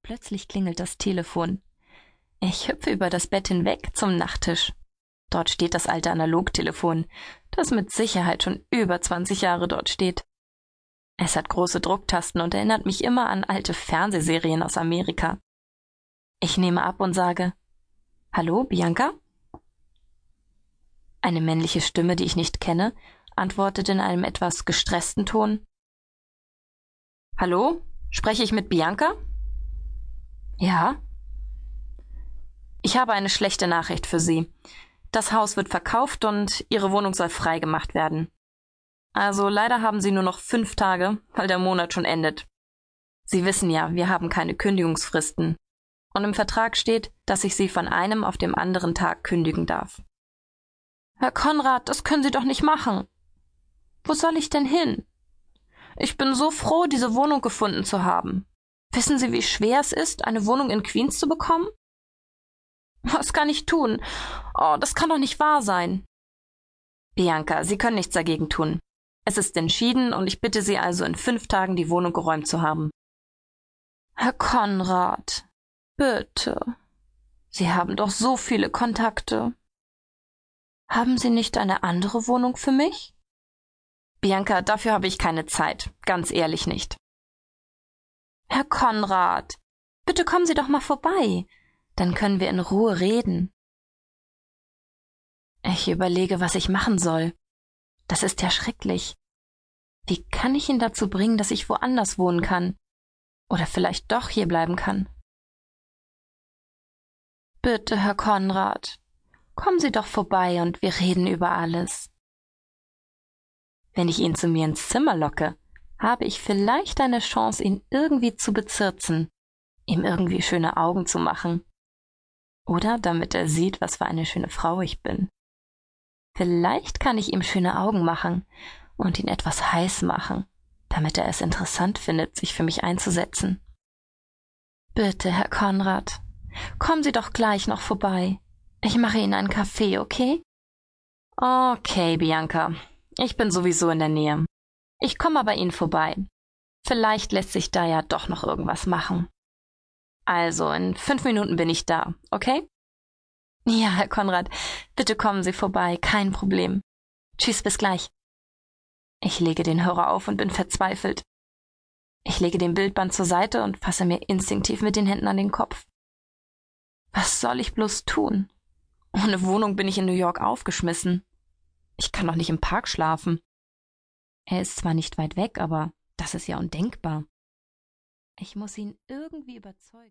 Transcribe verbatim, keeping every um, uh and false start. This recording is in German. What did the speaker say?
Plötzlich klingelt das Telefon. Ich hüpfe über das Bett hinweg zum Nachttisch. Dort steht das alte Analogtelefon, das mit Sicherheit schon über zwanzig Jahre dort steht. Es hat große Drucktasten und erinnert mich immer an alte Fernsehserien aus Amerika. Ich nehme ab und sage: »Hallo, Bianca?« Eine männliche Stimme, die ich nicht kenne, antwortet in einem etwas gestressten Ton: »Hallo, spreche ich mit Bianca?« »Ja?« »Ich habe eine schlechte Nachricht für Sie. Das Haus wird verkauft und Ihre Wohnung soll freigemacht werden. Also leider haben Sie nur noch fünf Tage, weil der Monat schon endet. Sie wissen ja, wir haben keine Kündigungsfristen. Und im Vertrag steht, dass ich Sie von einem auf den anderen Tag kündigen darf.« »Herr Konrad, das können Sie doch nicht machen.« »Wo soll ich denn hin? Ich bin so froh, diese Wohnung gefunden zu haben. Wissen Sie, wie schwer es ist, eine Wohnung in Queens zu bekommen?« »Was kann ich tun? Oh, das kann doch nicht wahr sein.« »Bianca, Sie können nichts dagegen tun. Es ist entschieden und ich bitte Sie also, in fünf Tagen die Wohnung geräumt zu haben.« »Herr Konrad, bitte. Sie haben doch so viele Kontakte. Haben Sie nicht eine andere Wohnung für mich?« »Bianca, dafür habe ich keine Zeit. Ganz ehrlich nicht.« »Herr Konrad, bitte kommen Sie doch mal vorbei. Dann können wir in Ruhe reden.« Ich überlege, was ich machen soll. Das ist ja schrecklich. Wie kann ich ihn dazu bringen, dass ich woanders wohnen kann? Oder vielleicht doch hier bleiben kann? »Bitte, Herr Konrad, kommen Sie doch vorbei und wir reden über alles.« Wenn ich ihn zu mir ins Zimmer locke, habe ich vielleicht eine Chance, ihn irgendwie zu bezirzen, ihm irgendwie schöne Augen zu machen. Oder damit er sieht, was für eine schöne Frau ich bin. Vielleicht kann ich ihm schöne Augen machen und ihn etwas heiß machen, damit er es interessant findet, sich für mich einzusetzen. »Bitte, Herr Konrad, kommen Sie doch gleich noch vorbei. Ich mache Ihnen einen Kaffee, okay?« »Okay, Bianca, ich bin sowieso in der Nähe. Ich komme aber Ihnen vorbei. Vielleicht lässt sich da ja doch noch irgendwas machen. Also, in fünf Minuten bin ich da, okay?« »Ja, Herr Konrad, bitte kommen Sie vorbei, kein Problem. Tschüss, bis gleich.« Ich lege den Hörer auf und bin verzweifelt. Ich lege den Bildband zur Seite und fasse mir instinktiv mit den Händen an den Kopf. Was soll ich bloß tun? Ohne Wohnung bin ich in New York aufgeschmissen. Ich kann doch nicht im Park schlafen. Er ist zwar nicht weit weg, aber das ist ja undenkbar. Ich muss ihn irgendwie überzeugen.